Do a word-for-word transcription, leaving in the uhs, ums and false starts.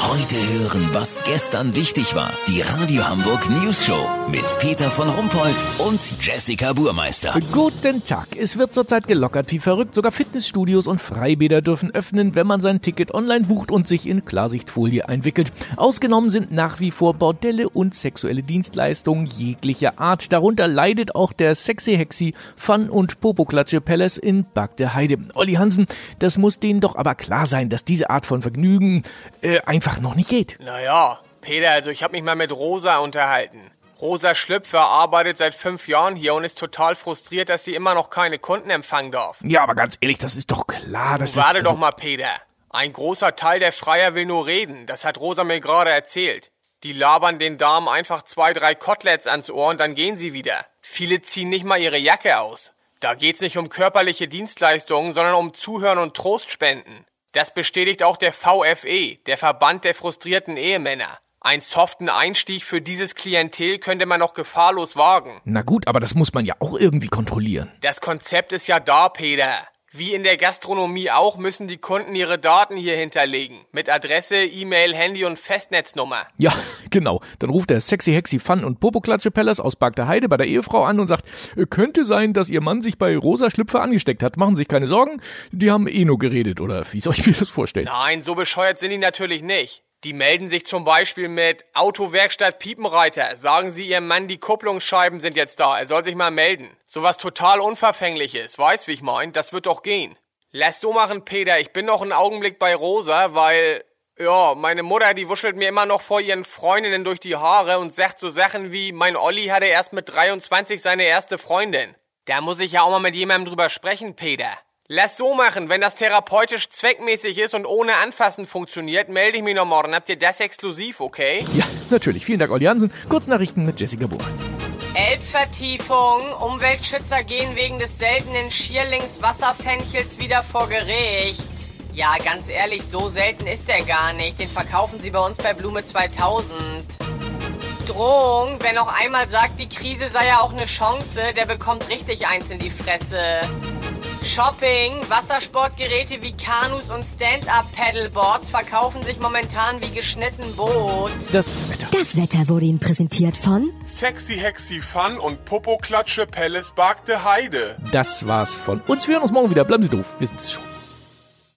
Heute hören, was gestern wichtig war. Die Radio Hamburg News Show mit Peter von Rumpold und Jessica Burmeister. Guten Tag. Es wird zurzeit gelockert wie verrückt. Sogar Fitnessstudios und Freibäder dürfen öffnen, wenn man sein Ticket online bucht und sich in Klarsichtfolie einwickelt. Ausgenommen sind nach wie vor Bordelle und sexuelle Dienstleistungen jeglicher Art. Darunter leidet auch der Sexy Hexy Fun- und Popoklatsche Palace in Bagde-Heide. Olli Hansen, das muss denen doch aber klar sein, dass diese Art von Vergnügen äh, einfach noch nicht geht. Naja, Peter, also ich habe mich mal mit Rosa unterhalten. Rosa Schlüpfer arbeitet seit fünf Jahren hier und ist total frustriert, dass sie immer noch keine Kunden empfangen darf. Ja, aber ganz ehrlich, das ist doch klar. Das Warte ist, doch also mal, Peter. Ein großer Teil der Freier will nur reden. Das hat Rosa mir gerade erzählt. Die labern den Damen einfach zwei, drei Koteletts ans Ohr und dann gehen sie wieder. Viele ziehen nicht mal ihre Jacke aus. Da geht's nicht um körperliche Dienstleistungen, sondern um Zuhören und Trost spenden. Das bestätigt auch der V F E, der Verband der frustrierten Ehemänner. Einen soften Einstieg für dieses Klientel könnte man noch gefahrlos wagen. Na gut, aber das muss man ja auch irgendwie kontrollieren. Das Konzept ist ja da, Peter. Wie in der Gastronomie auch, müssen die Kunden ihre Daten hier hinterlegen. Mit Adresse, E-Mail, Handy und Festnetznummer. Ja, genau. Dann ruft der Sexy Hexy Fun- und Popoklatsche Palace aus Bagde-Heide bei der Ehefrau an und sagt, könnte sein, dass ihr Mann sich bei Rosa Schlüpfer angesteckt hat. Machen Sie sich keine Sorgen, die haben eh nur geredet, oder wie soll ich mir das vorstellen? Nein, so bescheuert sind die natürlich nicht. Die melden sich zum Beispiel mit Autowerkstatt Piepenreiter. Sagen sie ihrem Mann, die Kupplungsscheiben sind jetzt da, er soll sich mal melden. Sowas total Unverfängliches, weißt wie ich mein? Das wird doch gehen. Lass so machen, Peter, ich bin noch einen Augenblick bei Rosa, weil, ja, meine Mutter, die wuschelt mir immer noch vor ihren Freundinnen durch die Haare und sagt so Sachen wie, mein Olli hatte erst mit dreiundzwanzig seine erste Freundin. Da muss ich ja auch mal mit jemandem drüber sprechen, Peter. Lass so machen, wenn das therapeutisch zweckmäßig ist und ohne Anfassen funktioniert, melde ich mich noch morgen. Habt ihr das exklusiv, okay? Ja, natürlich. Vielen Dank, Olli Hansen. Kurznachrichten mit Jessica Burmeister. Elbvertiefung. Umweltschützer gehen wegen des seltenen Schierlings-Wasserfenchels wieder vor Gericht. Ja, ganz ehrlich, so selten ist der gar nicht. Den verkaufen sie bei uns bei Blume zweitausend. Drohung, wer noch einmal sagt, die Krise sei ja auch eine Chance, der bekommt richtig eins in die Fresse. Shopping, Wassersportgeräte wie Kanus und Stand-Up-Paddleboards verkaufen sich momentan wie geschnitten Brot. Das Wetter. Das Wetter wurde Ihnen präsentiert von Sexy Hexy Fun und Popoklatsche Palace Bagde-Heide. Das war's von uns. Wir hören uns morgen wieder. Bleiben Sie doof. Wir sind es schon.